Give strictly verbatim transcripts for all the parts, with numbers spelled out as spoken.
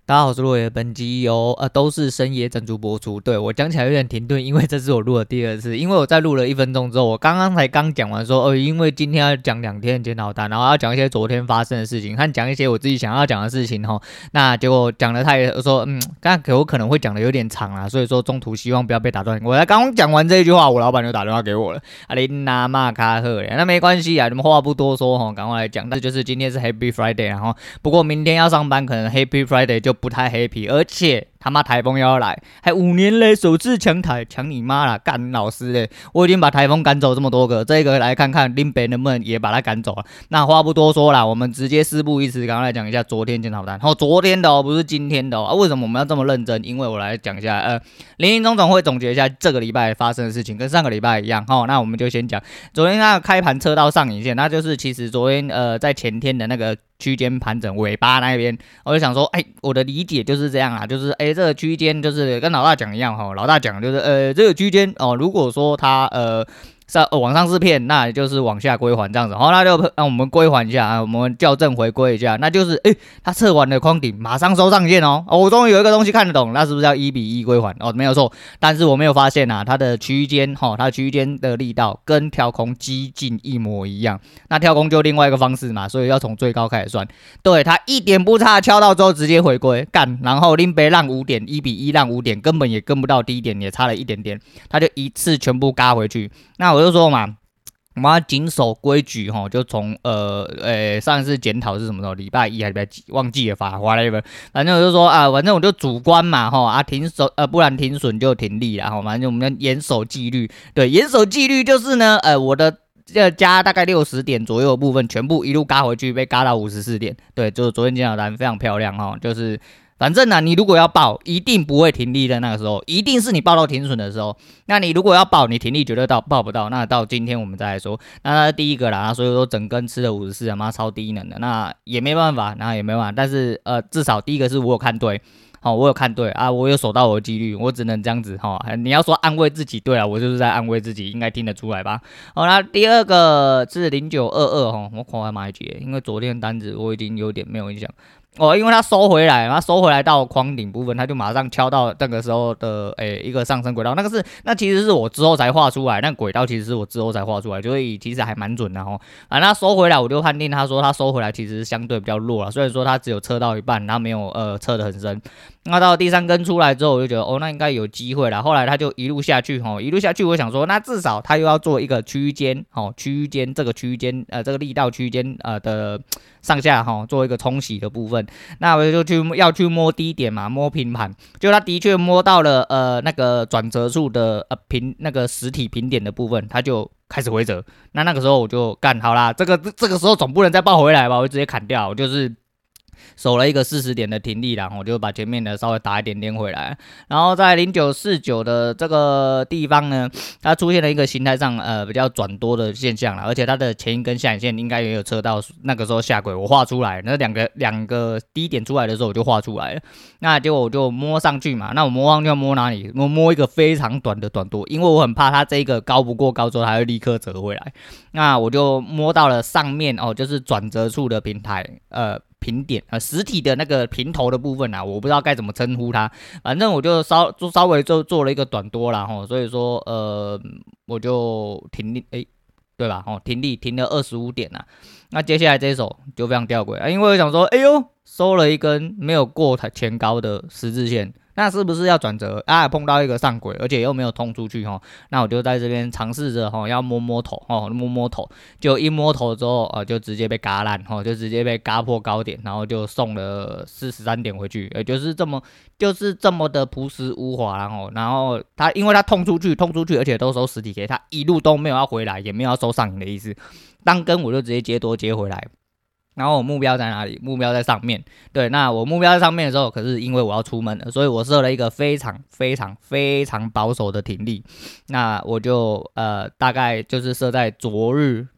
大家好，我是洛野，本集由呃都是深夜赞助播出。对我讲起来有点停顿，因为这是我录的第二次。因为我在录了一分钟之后，我刚刚才刚讲完说，哦，因为今天要讲两天的检讨单，然后要讲一些昨天发生的事情，和讲一些我自己想要讲的事情哈。那结果讲的太说，嗯，刚刚我可能会讲的有点长啦，所以说中途希望不要被打断。我才刚讲完这一句话，我老板就打电话给我了，阿琳娜马卡赫，那没关系啊，你们话不多说哈，赶快来讲。那就是今天是 Happy Friday， 然后不过明天要上班，可能 Happy Friday 就不太 happy，而且他妈台风要来，还五年嘞首次强台，强你妈啦，干老师嘞！我已经把台风赶走这么多个，这个来看看林北能不能也把它赶走了。那话不多说啦，我们直接事不宜迟，赶快来讲一下昨天检讨单。哦，昨天的哦，不是今天的哦。啊、为什么我们要这么认真？因为我来讲一下，呃，林林总总会总结一下这个礼拜发生的事情，跟上个礼拜一样。哦，那我们就先讲昨天那个开盘测到上影线，那就是其实昨天呃在前天的那个区间盘整尾巴那边，我就想说，哎，我的理解就是这样啊，就是哎，这个区间就是跟老大讲一样哈，老大讲就是呃，这个区间哦，如果说它呃。上、呃、往上是骗，那就是往下归还这样子，好，那就让我们归还一下啊，我们校正回归一下，那就是哎，它测完了框顶，马上收上限哦，哦我终于有一个东西看得懂，那是不是要一比一归还？哦，没有错，但是我没有发现啊，它的区间哈，它区间的力道跟跳空几近一模一样，那跳空就另外一个方式嘛，所以要从最高开始算，对，它一点不差，敲到之后直接回归干，然后林北让五点，一比一让五点，根本也跟不到低点，也差了一点点，它就一次全部嘎回去，那我就说嘛。我们要谨守规矩哈，就从呃呃上一次检讨是什么时候？礼拜一还是礼拜几？忘记了，法华那边，反正我就说啊，反正我就主观嘛哈啊停手呃不然停损就停利啦哈，反正我们要严守纪律。对，严守纪律就是呢，呃我的。这加大概六十点左右的部分，全部一路嘎回去，被嘎到五十四点。对，就是昨天检讨单非常漂亮哈，就是反正呢、啊，你如果要报，一定不会停利的那个时候，一定是你报到停损的时候。那你如果要报，你停利绝对到报不到。那到今天我们再来说，那那第一个啦，所以说整根吃了五十四，妈超低能的，那也没办法，那也没办法。但是呃，至少第一个是我有看对。好、哦，我有看对啊，我有守到我的纪律，我只能这样子哈、哦。你要说安慰自己，对啊，我就是在安慰自己，应该听得出来吧？好、哦，那第二个是零九二二哈，我看完买几，因为昨天的单子我已经有点没有印象。哦，因为它收回来，它收回来到框顶部分，它就马上敲到那个时候的诶、欸、一个上升轨道，那个是那其实是我之后才画出来，那轨道其实是我之后才画出来，所以其实还蛮准的哈。反正它收回来，我就判定他说它收回来其实相对比较弱了，虽然说它只有测到一半，它没有呃测得很深。那到第三根出来之后，我就觉得哦，那应该有机会了。后来它就一路下去，哦，一路下去，我想说，那至少它又要做一个区间，哦，区间这个区间，呃，这个力道区间，呃的上下，哈、哦，做一个冲洗的部分。那我就去要去摸低点嘛，摸平盘，就它的确摸到了，呃，那个转折处的呃平那个实体平点的部分，它就开始回折。那那个时候我就干好啦，这个这个时候总不能再爆回来吧，我就直接砍掉，我就是。守了一个四十点的停利啦，我就把前面的稍微打一点点回来，然后在零九四九的这个地方呢，它出现了一个形态上呃比较转多的现象啦，而且它的前一根下影线应该也有测到那个时候下轨，我画出来，那两个两个低点出来的时候我就画出来了，那结果我就摸上去嘛，那我摸上去要摸哪里？我摸一个非常短的短多，因为我很怕它这个高不过高之后它会立刻折回来，那我就摸到了上面哦，就是转折处的平台，呃。平点呃实体的那个平头的部分啊，我不知道该怎么称呼它，反正我就稍就稍微就做了一个短多啦吼，所以说呃我就停利诶，对吧？哦停利停了二十五点啊，那接下来这一手就非常吊诡啊，因为我想说，哎呦收了一根没有过前高的十字线。那是不是要转折啊？碰到一个上轨，而且又没有通出去哈，那我就在这边尝试着哈，要摸摸头哈，摸摸头，就一摸头之后啊，就直接被嘎烂哈，就直接被嘎破高点，然后就送了四十三点回去，也就是这么就是这么的朴实无华，然后然后他因为他通出去，通出去，而且都收实体 K， 他一路都没有要回来，也没有要收上影的意思，当根我就直接接多接回来。然后我目标在哪里？目标在上面。对，那我目标在上面的时候，可是因为我要出门了，所以我设了一个非常非常非常保守的停利。那我就呃大概就是设在昨日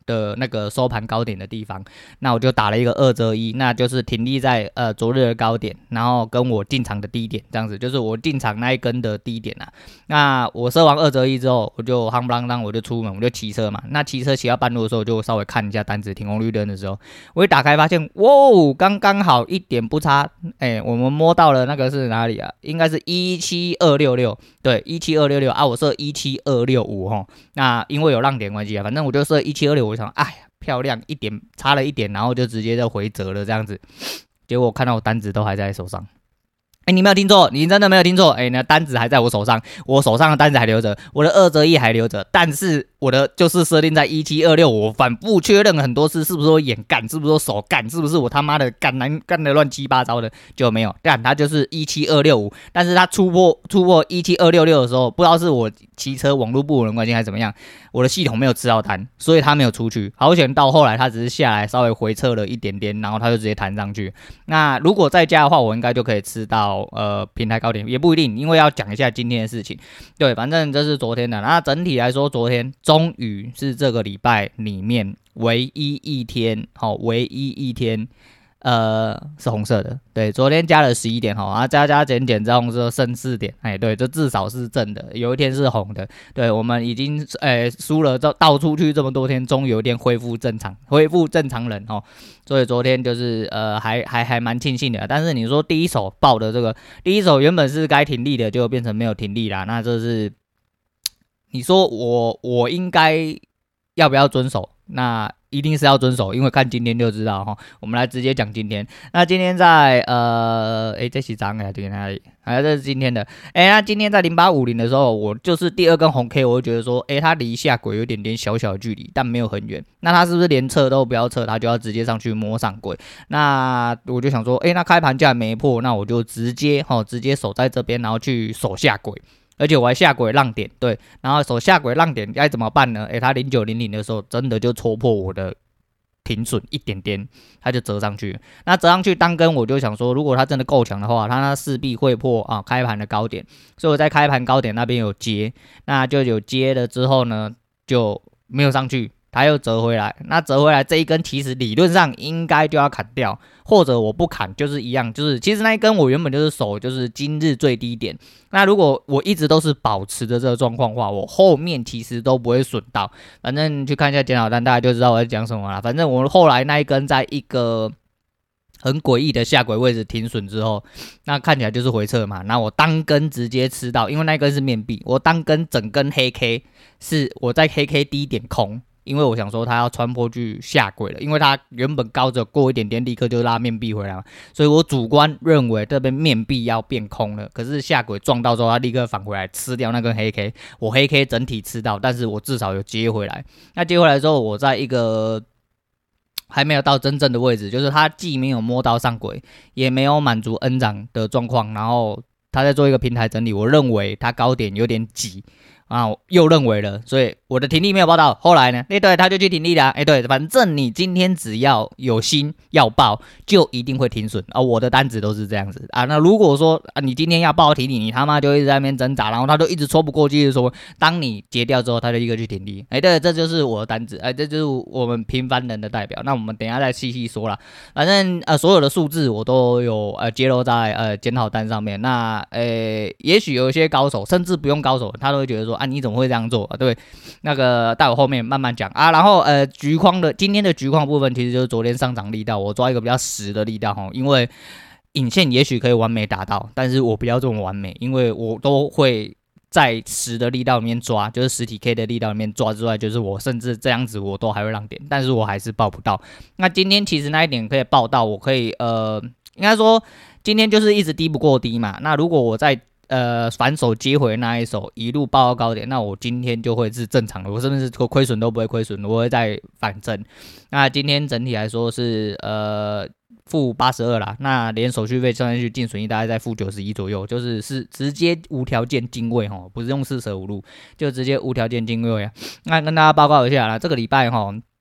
的那个收盘高点的地方，那我就打了一个二折一，那就是停利在呃昨日的高点，然后跟我进场的低点这样子，就是我进场那一根的低点啊。那我设完二折一之后，我就夯不啷当我就出门，我就骑车嘛。那骑车骑到半路的时候，我就稍微看一下单子，停红绿灯的时候，我一打开发现，哇，刚刚好一点不差，哎、欸，我们摸到了那个是哪里啊？应该是一七二六六，对，一七二六六啊，我设一七二六五齁。那因为有浪点关系啊，反正我就设一七二六，我想，哎呀，漂亮，一点差了一点，然后就直接就回折了这样子。结果我看到我单子都还在手上。哎，你没有听错，你真的没有听错。哎，那单子还在我手上，我手上的单子还留着，我的二折一还留着，但是我的就是设定在一七二六，我反复确认很多次，是不是我眼干，是不是我手干，是不是我他妈的干难干的乱七八糟的，就没有，干它就是一七二六五，但是它突破突破一七二六六的时候，不知道是我骑车网络不稳关系还是怎么样，我的系统没有吃到单，所以它没有出去。好险到后来它只是下来稍微回撤了一点点，然后它就直接弹上去。那如果再加的话，我应该就可以吃到呃平台高点，也不一定，因为要讲一下今天的事情。对，反正这是昨天的。那整体来说，昨天终于是这个礼拜里面唯一一天，好、哦，唯一一天。呃，是红色的，对，昨天加了十一点哈，啊加加减减之后是剩四点，哎，对，这至少是正的，有一天是红的，对，我们已经哎输了倒倒出去这么多天，终于有一天恢复正常，恢复正常人哦，所以昨天就是呃还还还蛮庆幸的，但是你说第一手报的这个第一手原本是该停利的，就变成没有停利啦，那这是你说我我应该要不要遵守？那一定是要遵守，因为看今天就知道哈。我们来直接讲今天。那今天在呃，诶，这是涨哎，这个哪里？哎，这是今天的。哎，那今天在零八五零的时候，我就是第二根红 K， 我就觉得说，哎，它离下轨有点点小小的距离，但没有很远。那它是不是连测都不要测，它就要直接上去摸上轨？那我就想说，哎，那开盘价没破，那我就直接哈，直接守在这边，然后去守下轨。而且我还下轨浪点，对，然后手下轨浪点该怎么办呢？诶，它零九零零的时候真的就戳破我的停损一点点，它就折上去。那折上去当根，我就想说，如果它真的够强的话，它那势必会破啊开盘的高点。所以我在开盘高点那边有接，那就有接了之后呢，就没有上去。它又折回来，那折回来这一根其实理论上应该就要砍掉，或者我不砍就是一样，就是其实那一根我原本就是守就是今日最低点。那如果我一直都是保持着这个状况的话，我后面其实都不会损到。反正去看一下检讨单，大家就知道我在讲什么啦。反正我后来那一根在一个很诡异的下轨位置停损之后，那看起来就是回撤嘛。那我当根直接吃到，因为那根是面壁，我当根整根黑 K 是我在黑 K 低点空。因为我想说它要穿坡去下轨了，因为它原本高着过一点点，立刻就拉面壁回来嘛，所以我主观认为这边面壁要变空了。可是下轨撞到之后，它立刻返回来吃掉那根黑 K， 我黑 K 整体吃到，但是我至少有接回来。那接回来之后，我在一个还没有到真正的位置，就是它既没有摸到上轨，也没有满足 N 涨的状况，然后它在做一个平台整理，我认为它高点有点挤。啊，又认为了，所以我的停利没有报到。后来呢，哎、欸，对，他就去停利了。哎、欸，对，反正你今天只要有心要报，就一定会停损啊。我的单子都是这样子啊。那如果说啊，你今天要报停利，你他妈就一直在那边挣扎，然后他就一直戳不过去的时候，当你结掉之后，他就一个去停利。哎、欸，对，这就是我的单子，哎、欸，这就是我们平凡人的代表。那我们等一下再细细说啦。反正呃，所有的数字我都有呃揭露在呃检讨单上面。那呃、欸，也许有一些高手，甚至不用高手，他都会觉得说。啊，你怎么会这样做啊？对，那个待我后面慢慢讲啊。然后呃，橘框的今天的橘框部分，其实就是昨天上涨力道，我抓一个比较实的力道哈，因为影线也许可以完美达到，但是我不要这么完美，因为我都会在实的力道里面抓，就是实体 K 的力道里面抓之外，就是我甚至这样子我都还会让点，但是我还是报不到。那今天其实那一点可以报到，我可以呃，应该说今天就是一直低不过低嘛。那如果我在呃，反手接回那一手，一路报到高点，那我今天就会是正常的，我甚至是亏损都不会亏损，我会再反正。那今天整体来说是呃负八十二啦，那连手续费算上去净损益大概在负九十一左右，就是是直接无条件进位哈，不是用四舍五入，就直接无条件进位啊。那跟大家报告一下啦，这个礼拜哈。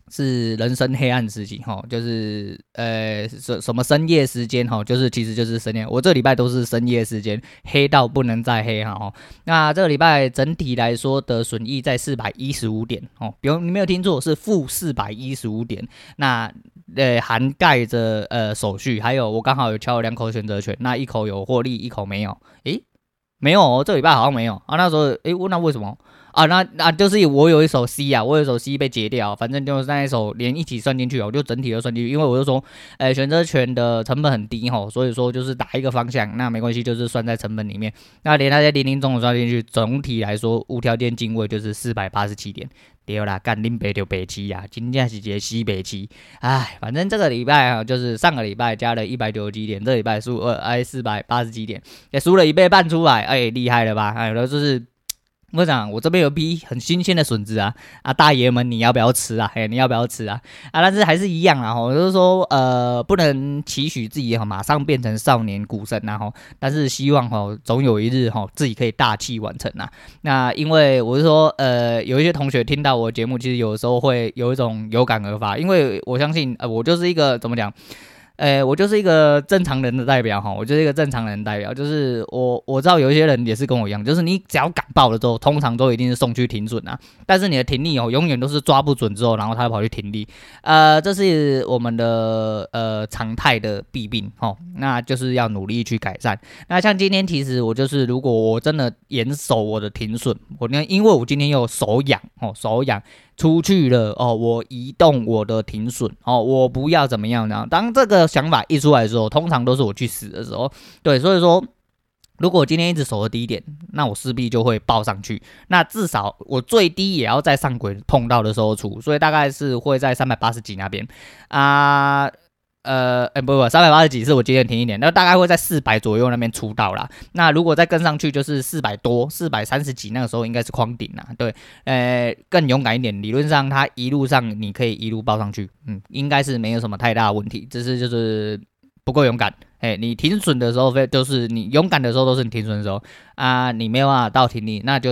是人生黑暗时期哈，就是呃什什么深夜时间哈，就是其实就是深夜。我这礼拜都是深夜时间，黑到不能再黑哈。那这个礼拜整体来说的损益在四百一十五点哦，比如你没有听错，是负四百一十五点。那呃涵盖着呃手续，还有我刚好有敲了两口选择权，那一口有获利，一口没有。诶，没有哦，这礼拜好像没有啊。那时候诶，那为什么？啊，那那就是我有一手 C 啊，我有一手 C 被截掉，反正就是那一手连一起算进去，我就整体都算进去，因为我就说，呃，选择权的成本很低吼，所以说就是打一个方向，那没关系，就是算在成本里面，那连那些零零总总算进去，总体来说无条件进位就是四百八十七点，对啦，干林北就北七呀，今天是一个西北七，哎，反正这个礼拜啊，就是上个礼拜加了一百九十几点，这礼拜输二哎四百八十几点，也输了一倍半出来，哎，厉害了吧？哎，然后就是。我讲，我这边有批很新鲜的笋子啊，啊大爷们你要不要吃啊？嘿，你要不要吃啊？啊，但是还是一样啊，吼，就是说，呃，不能期许自己哈马上变成少年股神啊，吼，但是希望哈总有一日哈自己可以大器晚成啊。那因为我是说，呃，有一些同学听到我节目，其实有时候会有一种有感而发，因为我相信，呃，我就是一个怎么讲？诶，我就是一个正常人的代表哈，我就是一个正常人的代表，就是我我知道有一些人也是跟我一样，就是你只要敢爆了之后，通常都一定是送去停损啊，但是你的停利哦，永远都是抓不准之后，然后他跑去停利，呃，这是我们的呃常态的弊病哦，那就是要努力去改善。那像今天其实我就是如果我真的严守我的停损，我呢因为我今天有手痒哦，手痒。出去了哦，我移动我的停损哦，我不要怎么样呢？当这个想法一出来的时候，通常都是我去死的时候。对，所以说，如果我今天一直守的低点，那我势必就会爆上去。那至少我最低也要在上轨碰到的时候出，所以大概是会在三百八十几那边啊。呃，哎、欸、不不，三百八十几是我今天停一点，那大概会在四百左右那边出道啦。那如果再跟上去，就是四百多、四百三十几，那个时候应该是框顶啦。对，呃，更勇敢一点，理论上它一路上你可以一路报上去，嗯，应该是没有什么太大的问题，只是就是不够勇敢。哎、欸，你停损的时候，就是你勇敢的时候都是你停损的时候啊，你没有办法到停利，那就是。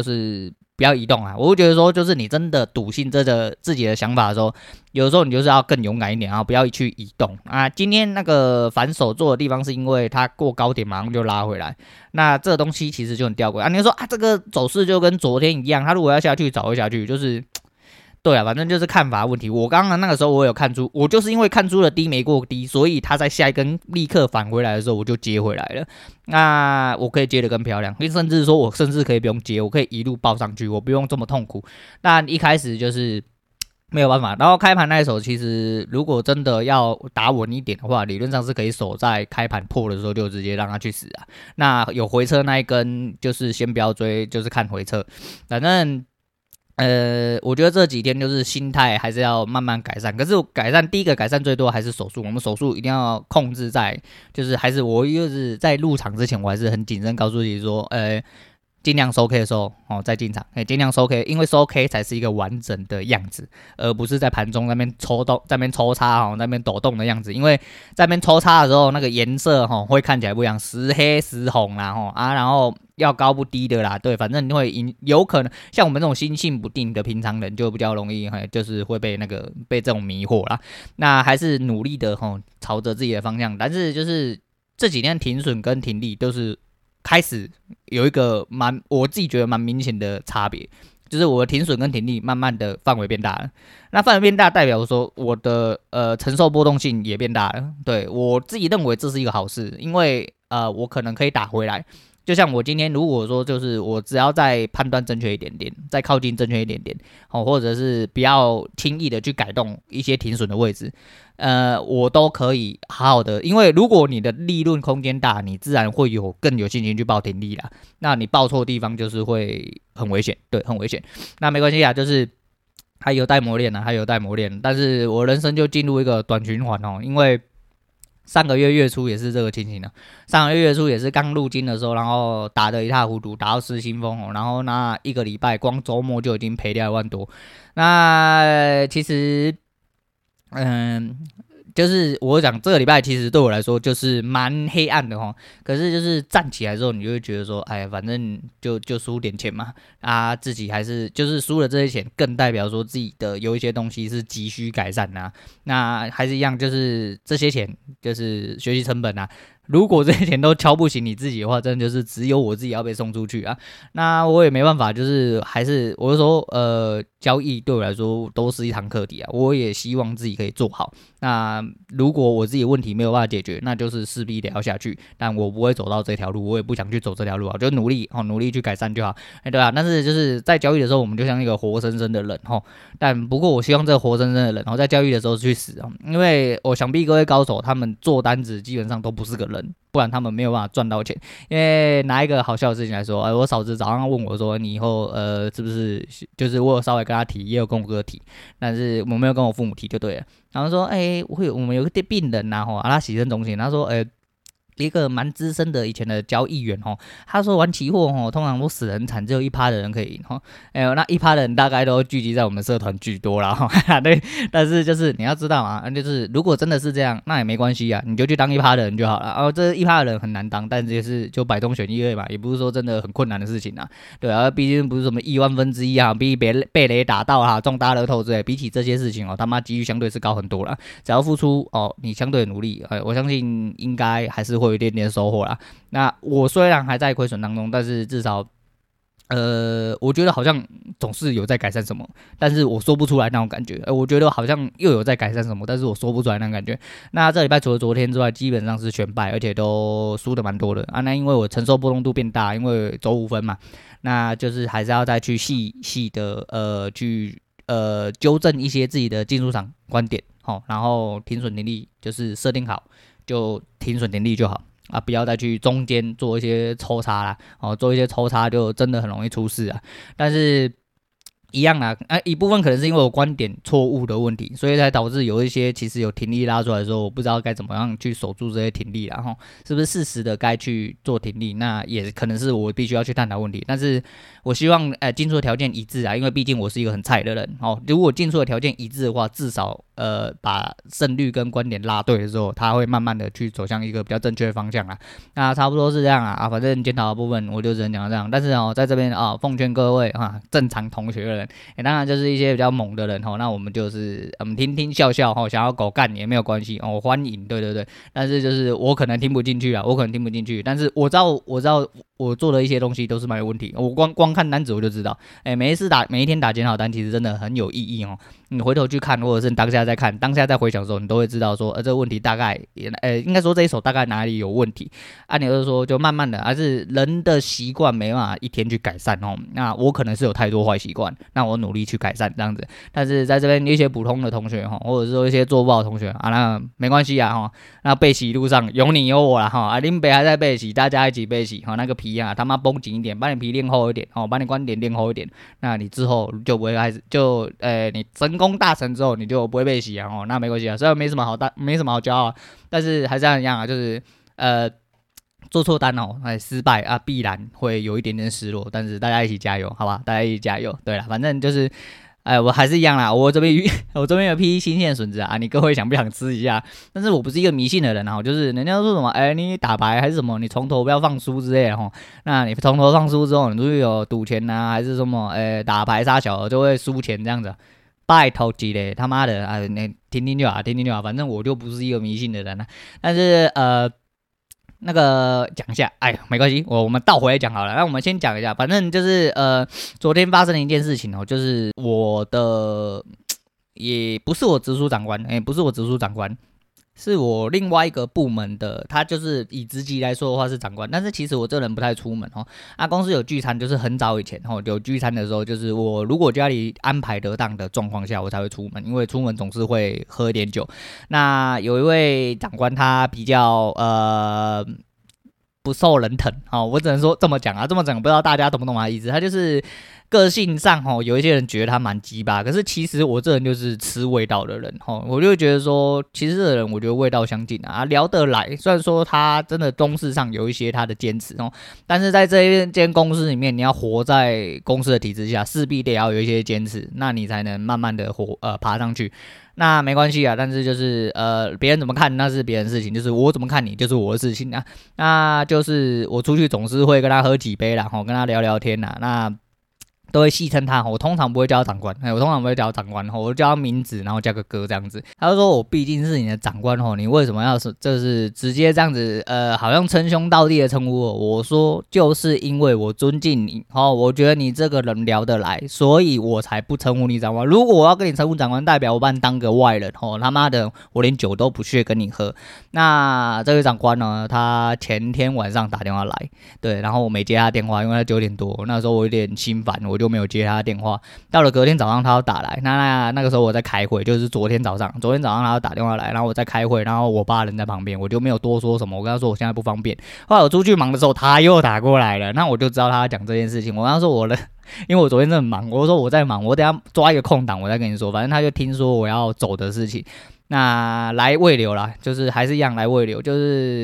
不要移动啊！我会觉得说，就是你真的笃信这个自己的想法的时候，有的时候你就是要更勇敢一点啊，不要去移动啊。今天那个反手做的地方，是因为它过高点马上就拉回来，那这个东西其实就很吊诡啊。你说啊，这个走势就跟昨天一样，它如果要下去，早会下去，就是。对啊，反正就是看法问题。我刚刚那个时候我有看出，我就是因为看出了低没过低，所以它在下一根立刻返回来的时候，我就接回来了。那我可以接得更漂亮，甚至说我甚至可以不用接，我可以一路抱上去，我不用这么痛苦。但一开始就是没有办法。然后开盘那一手，其实如果真的要打稳一点的话，理论上是可以守在开盘破的时候就直接让它去死啊。那有回撤那一根，就是先不要追，就是看回撤，反正。呃，我觉得这几天就是心态还是要慢慢改善。可是改善第一个改善最多还是手术，我们手术一定要控制在，就是还是我就是在入场之前，我还是很谨慎告诉自己说，呃，尽量收 K 的时候哦再进场，哎，尽量收 K， 因为收 K 才是一个完整的样子，而不是在盘中那边抽动、在那边抽插哦、那边抖动的样子。因为在那边抽插的时候，那个颜色哈、哦、会看起来不一样，时黑时红啦哈啊，然后。要高不低的啦，对，反正你会赢，有可能像我们这种心性不定的平常人就比较容易，就是会被那个被这种迷惑啦。那还是努力的吼，朝着自己的方向。但是就是这几天停损跟停利都是开始有一个蛮，我自己觉得蛮明显的差别，就是我的停损跟停利慢慢的范围变大了。那范围变大代表说我的呃承受波动性也变大了。对我自己认为这是一个好事，因为呃我可能可以打回来。就像我今天如果说就是我只要再判断正确一点点，再靠近正确一点点，哦，或者是不要轻易的去改动一些停损的位置，呃，我都可以好好的。因为如果你的利润空间大，你自然会有更有信心去报停利啦。那你报错地方就是会很危险，对，很危险。那没关系啊，就是还有待磨练啊，还有待磨练。但是我人生就进入一个短循环哦，因为。上个月月初也是这个情形的，上个月月初也是刚入金的时候，然后打得一塌糊涂，打到失心疯哦，然后那一个礼拜光周末就已经赔掉一万多。那其实，嗯， 就是我讲这个礼拜其实对我来说就是蛮黑暗的哈，可是就是站起来之后，你就会觉得说，哎，反正就就输点钱嘛，啊，自己还是就是输了这些钱，更代表说自己的有一些东西是急需改善呐、啊，那还是一样，就是这些钱就是学习成本啊。如果这些钱都敲不醒你自己的话，真的就是只有我自己要被送出去啊！那我也没办法，就是还是我就说，呃，交易对我来说都是一堂课题啊。我也希望自己可以做好。那如果我自己问题没有办法解决，那就是势必得要下去。但我不会走到这条路，我也不想去走这条路啊，就努力哦，努力去改善就好。哎，对啊。但是就是在交易的时候，我们就像一个活生生的人哈。但不过我希望这个活生生的人，然后在交易的时候去死啊，因为我想必各位高手他们做单子基本上都不是个人。不然他们没有办法赚到钱。因为拿一个好笑的事情来说，呃，我嫂子早上问我说：“你以后呃是不是就是我有稍微跟她提，也有跟我哥提，但是我没有跟我父母提就对了。”然后说：“哎、欸，我有我们有个病人呐、啊，吼，啊，他洗肾中心，他说，哎、欸。”一个蛮资深的以前的交易员哦，他说玩期货哦，通常都死人惨，只有一趴的人可以赢哈。哎呦，那一趴的人大概都聚集在我们社团居多啦哈。对，但是就是你要知道啊，就是如果真的是这样，那也没关系啊，你就去当一趴的人就好了。哦，这一趴的人很难当，但是也是就百中选一而已嘛，也不是说真的很困难的事情啊。对啊，毕竟不是什么亿万分之一啊，比别被雷打到哈，中大乐透之类，比起这些事情哦，他妈几率相对是高很多啦。只要付出哦，你相对努力，哎，我相信应该还是会。有一点点收获啦。那我虽然还在亏损当中，但是至少，呃，我觉得好像总是有在改善什么，但是我说不出来那种感觉。呃，我觉得好像又有在改善什么，但是我说不出来那种感觉。那这礼拜除了昨天之外，基本上是全败，而且都输的蛮多的啊。那因为我承受波动度变大，因为走五分嘛，那就是还是要再去细细的呃去呃纠正一些自己的进出场观点，好，然后停损停利就是设定好。就停损停利就好啊，不要再去中间做一些抽插啦，哦，做一些抽插就真的很容易出事啊。但是一样啦，啊，一部分可能是因为我观点错误的问题，所以才导致有一些其实有停利拉出来的时候，我不知道该怎么样去守住这些停利啦，哈，是不是适时的该去做停利？那也可能是我必须要去探讨问题。但是我希望，呃，进出的条件一致啊，因为毕竟我是一个很菜的人，哦，如果进出的条件一致的话，至少。呃，把胜率跟观点拉对的时候，他会慢慢的去走向一个比较正确的方向啦。那差不多是这样啊，啊，反正检讨的部分我就只能讲到这样。但是哦，在这边啊，奉劝各位啊，正常同学的人，欸、当然就是一些比较猛的人哦，那我们就是我们听听笑笑哦，想要狗干也没有关系哦，我欢迎，对对对。但是就是我可能听不进去啊，我可能听不进去，但是我知道我知道我做的一些东西都是蛮有问题，我光光看单子我就知道，哎、欸，每一次打每一天打检讨单其实真的很有意义哦。你回头去看，或者是你当下在看，当下在回想的时候，你都会知道说，呃，这个问题大概，呃，应该说这一手大概哪里有问题。按理就是说，就慢慢的，还是人的习惯没办法一天去改善哦。那我可能是有太多坏习惯，那我努力去改善这样子。但是在这边一些普通的同学哈，或者是说一些做不好的同学啊，那没关系啊哈。那背洗路上有你有我啦哈，啊，林北还在背洗，大家一起背洗哈。那个皮啊，他妈绷紧一点，把你皮练厚一点哦，把你观点练厚一点，那你之后就不会开始就，呃，你真。功大成之后，你就不会被洗啊，哦，那没关系啊，虽然没什么好大，没什么好骄傲，但是还是一样啊，就是呃做错单哦，哎失败啊，必然会有一点点失落，但是大家一起加油，好吧，大家一起加油。对了，反正就是。哎，我还是一样啦，我这边我这边有批新鲜笋子啊，你各位想不想吃一下？但是我不是一个迷信的人啊，就是人家说什么，哎，你打牌还是什么，你从头不要放输之类的哈。那你从头放输之后，你就有赌钱呐、啊，还是什么，哎，打牌杀小就会输钱这样子。拜托几嘞，他妈的啊，你听听就好，听听就好，反正我就不是一个迷信的人啊。但是呃。那个讲一下，哎，没关系，我我们倒回来讲好了。那我们先讲一下，反正就是呃，昨天发生了一件事情哦，就是我的也不是我直属长官，哎，不是我直属长官，是我另外一个部门的，他就是以职级来说的话是长官，但是其实我这人不太出门哦。啊，公司有聚餐，就是很早以前哦，有聚餐的时候，就是我如果家里安排得当的状况下，我才会出门，因为出门总是会喝一点酒。那有一位长官，他比较呃。不受人疼哦，我只能说这么讲啊，这么讲不知道大家懂不懂他的意思。他就是个性上哦，有一些人觉得他蛮鸡巴，可是其实我这人就是吃味道的人哦，我就会觉得说，其实这个人我觉得味道相近啊，聊得来。虽然说他真的公事上有一些他的坚持哦，但是在这一间公司里面，你要活在公司的体制下，势必得要有一些坚持，那你才能慢慢的活呃爬上去。 那没关系啊，但是就是呃，别人怎么看那是别人的事情，就是我怎么看你就是我的事情啊。那就是我出去总是会跟他喝几杯啦，吼，跟他聊聊天啦。那都会戏称他，我通常不会叫他长官，我通常不会叫他长官，我叫他名字，然后加个哥这样子。他就说我毕竟是你的长官，你为什么要是就是直接这样子，呃，好像称兄道弟的称呼我？我说就是因为我尊敬你，我觉得你这个人聊得来，所以我才不称呼你长官。如果我要跟你称呼长官，代表我把你当个外人，他妈的，我连酒都不屑跟你喝。那这位长官呢，他前天晚上打电话来，对，然后我没接他电话，因为他九点多，那时候我有点心烦，我就没有接他的电话。到了隔天早上，他要打来，那那那个时候我在开会，就是昨天早上，昨天早上他要打电话来，然后我在开会，然后我爸人在旁边，我就没有多说什么，我跟他说我现在不方便。后来我出去忙的时候，他又打过来了，那我就知道他要讲这件事情。我跟他说我的，因为我昨天真的很忙，我说我在忙，我等一下抓一个空档我再跟你说。反正他就听说我要走的事情，那来慰留啦，就是还是一样来慰留，就是。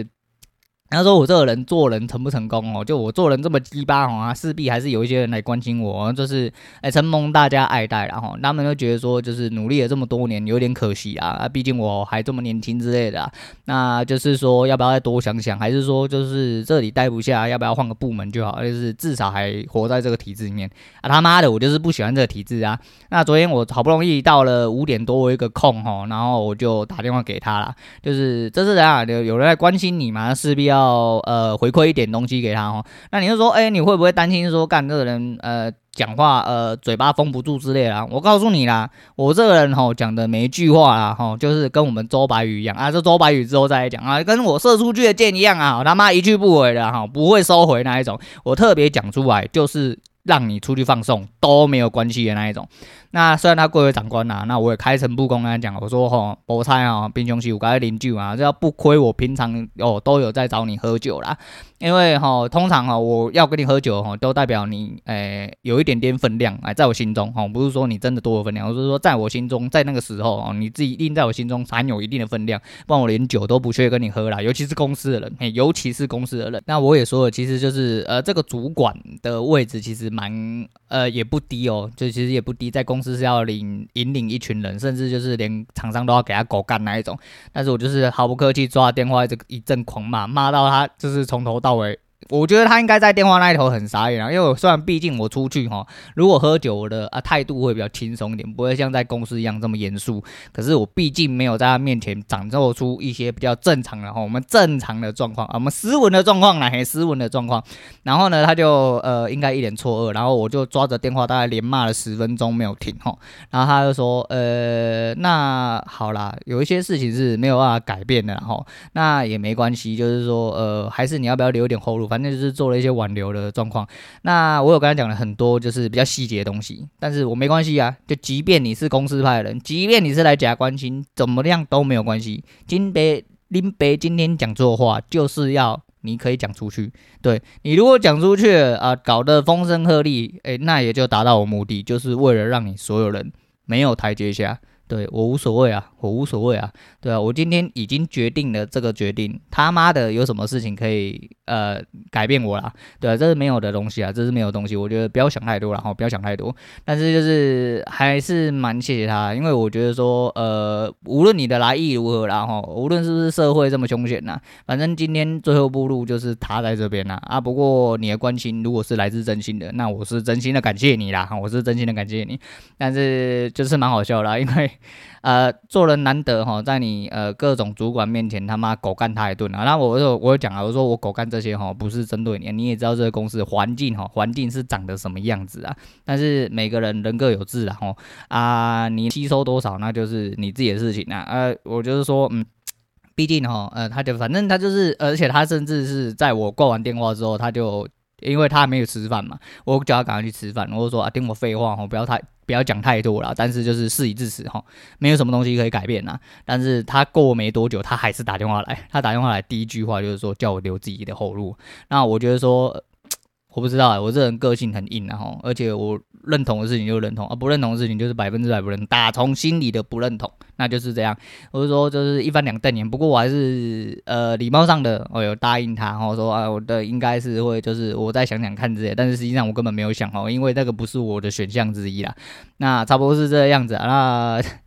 他说我这个人做人成不成功哦，就我做人这么鸡巴哦，势必还是有一些人来关心我，就是哎承蒙大家爱戴啦哈，他们就觉得说就是努力了这么多年有点可惜啊，啊毕竟我还这么年轻之类的、啊，那就是说要不要再多想想，还是说就是这里待不下，要不要换个部门就好，就是至少还活在这个体制里面啊他妈的我就是不喜欢这个体制啊。那昨天我好不容易到了五点多我有一个空哈，然后我就打电话给他啦，就是这是啊有人来关心你嘛，势必要。要呃回馈一点东西给他哦，那你就说，哎、欸，你会不会担心说干这个人呃讲话呃嘴巴封不住之类啦？我告诉你啦，我这个人吼讲的每一句话啦吼，就是跟我们周白宇一样啊，这周白宇之后再来讲啊，跟我射出去的箭一样啊，我他妈一去不回的哈，不会收回那一种，我特别讲出来就是。让你出去放送都没有关系的那一种。那虽然他贵为长官啦，那我也开诚布公跟他讲，我说吼，菠菜啊，冰兄是有该邻居啊，这要不亏我平常哦都有在找你喝酒啦。因为哈，通常哈，我要跟你喝酒哈，都代表你诶、欸、有一点点分量哎，在我心中哈，不是说你真的多有分量，我是说在我心中，在那个时候哦，你自己一定在我心中含有一定的分量，不然我连酒都不屑跟你喝啦。尤其是公司的人，嘿，尤其是公司的人。那我也说了，其实就是呃，这个主管的位置其实蛮呃也不低哦，就其实也不低，在公司是要领引领一群人，甚至就是连厂商都要给他狗干那一种。但是我就是毫不客气抓电话这个一阵狂骂，骂到他就是从头到尾。我觉得他应该在电话那一头很傻眼啊，因为我虽然毕竟我出去哈，如果喝酒我的啊态度会比较轻松一点，不会像在公司一样这么严肃。可是我毕竟没有在他面前展露出一些比较正常的哈，我们正常的状况啊，我们斯文的状况啦，嘿，斯文的状况。然后呢，他就呃应该一脸错愕，然后我就抓着电话大概连骂了十分钟没有停哈。然后他就说呃那好啦，有一些事情是没有办法改变的哈，那也没关系，就是说呃还是你要不要留一点后路。反正就是做了一些挽留的状况，那我有跟他讲了很多就是比较细节的东西，但是我没关系啊，就即便你是公司派的人，即便你是来假关心，怎么样都没有关系。金北林北今天讲错话，就是要你可以讲出去，对你如果讲出去啊、呃，搞得风声鹤唳，哎，那也就达到我目的，就是为了让你所有人没有台阶下。对我无所谓啊，我无所谓啊，对啊，我今天已经决定了这个决定，他妈的有什么事情可以呃改变我啦？对啊，这是没有的东西啊，这是没有东西，我觉得不要想太多啦，哈，不要想太多。但是就是还是蛮谢谢他，因为我觉得说呃，无论你的来意如何啦，哈，无论是不是社会这么凶险呐，反正今天最后步路就是他在这边啦啊。不过你的关心如果是来自真心的，那我是真心的感谢你啦，我是真心的感谢你。但是就是蛮好笑啦，因为。呃，做人难得哈，在你呃各种主管面前他妈狗干他一顿啊！那我就我有讲啊，我说我狗干这些哈，不是针对你，你也知道这个公司的环境哈，环境是长得什么样子啊。但是每个人人各有志啊，吼啊，你吸收多少那就是你自己的事情啊。呃，我就是说，嗯。毕竟哈，呃，他就反正他就是，而且他甚至是在我挂完电话之后，他就因为他还没有吃饭嘛，我叫他赶快去吃饭，我就说啊，听我废话哈，不要太不要讲太多啦，但是就是事已至此哈，没有什么东西可以改变啦。但是他过没多久，他还是打电话来，他打电话来第一句话就是说叫我留自己的后路。那我觉得说。我不知道、欸，我这人个性很硬啊，吼，而且我认同的事情就认同，啊，不认同的事情就是百分之百不认同，打从心里的不认同，那就是这样。我就说就是一翻两瞪眼，不过我还是呃礼貌上的，我有答应他，然后说啊，我的应该是会就是我再想想看之类，但是实际上我根本没有想哦，因为那个不是我的选项之一啦。那差不多是这个样子啊，那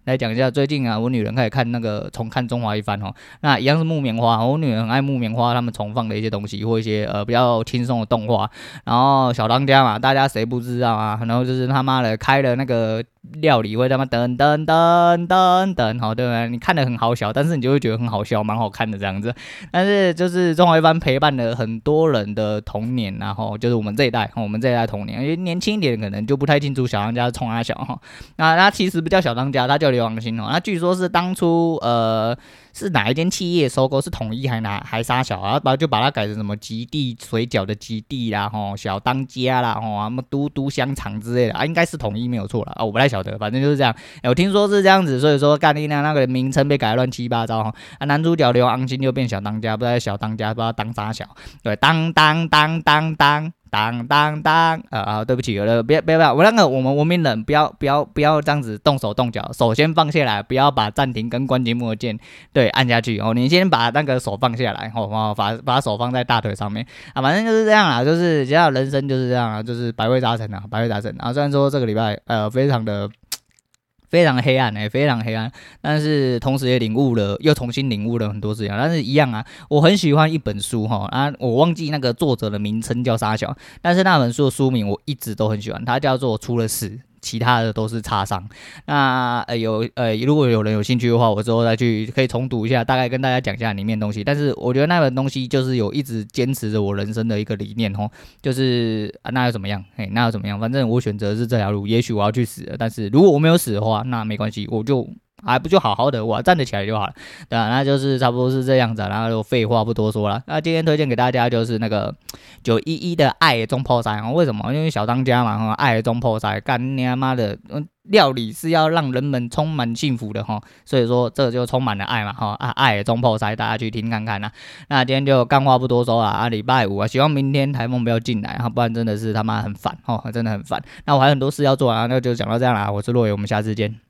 来讲一下最近啊，我女人开始看那个重看中华一番哦，那一样是木棉花，我女人很爱木棉花他们重放的一些东西或一些呃比较轻松的动画，然后小当家嘛，大家谁不知道啊？然后就是他妈的开了那个料理会他妈噔噔噔噔噔，好对不对？你看得很好笑，但是你就会觉得很好笑，蛮好看的这样子。但是就是中华一番陪伴了很多人的童年，然后就是我们这一代，我们这一代童年，因为年轻一点可能就不太清楚小当家是冲他小哈。那他其实不叫小当家，他叫刘昂星哦。那据说是当初呃。是哪一间企业收购？是统一还拿还杀小啊？把就把它改成什么极地水饺的极地啦，吼小当家啦，吼什么嘟嘟香肠之类的啊，应该是统一没有错啦啊，我不太晓得，反正就是这样。欸、我听说是这样子，所以说干你那那个名称被改乱七八糟哈。啊，男主角刘昂星就变小当家，不知道小当家不知道当啥小，对，当当当当当。当当当，呃啊，对不起，有的不要不要不要，我那个我们文明人不要不要不要这样子动手动脚，手先放下来，不要把暂停跟关节幕的键对按下去哦，你先把那个手放下来，哦，把把手放在大腿上面啊，反正就是这样啦，就是只要人生就是这样啊，就是百味杂陈啊，百味杂陈啊，虽然说这个礼拜呃非常的。非常黑暗、欸、非常黑暗，但是同时也领悟了，又重新领悟了很多事情。但是一样啊，我很喜欢一本书哈啊，我忘记那个作者的名称叫啥小，但是那本书的书名我一直都很喜欢，它叫做《出了事》。其他的都是擦伤。那呃有呃如果有人有兴趣的话，我之后再去可以重读一下，大概跟大家讲一下里面的东西。但是我觉得那本东西就是有一直坚持着我人生的一个理念哦，就是啊那又怎么样？嘿，那又怎么样？反正我选择是这条路，也许我要去死了，但是如果我没有死的话，那没关系，我就。还不就好好的，我站得起来就好了，对啊，那就是差不多是这样子，然后就废话不多说了。那今天推荐给大家就是那个九一一的爱的中破塞，为什么？因为小当家嘛，爱的中破塞，干你他妈的！料理是要让人们充满幸福的哈，所以说这就充满了爱嘛哈啊，爱的中破塞，大家去听看看啦。那今天就干话不多说了啊，礼拜五啊，希望明天台风不要进来，不然真的是他妈很烦哦，真的很烦。那我还有很多事要做啊，那就讲到这样啦，我是洛伟，我们下次见。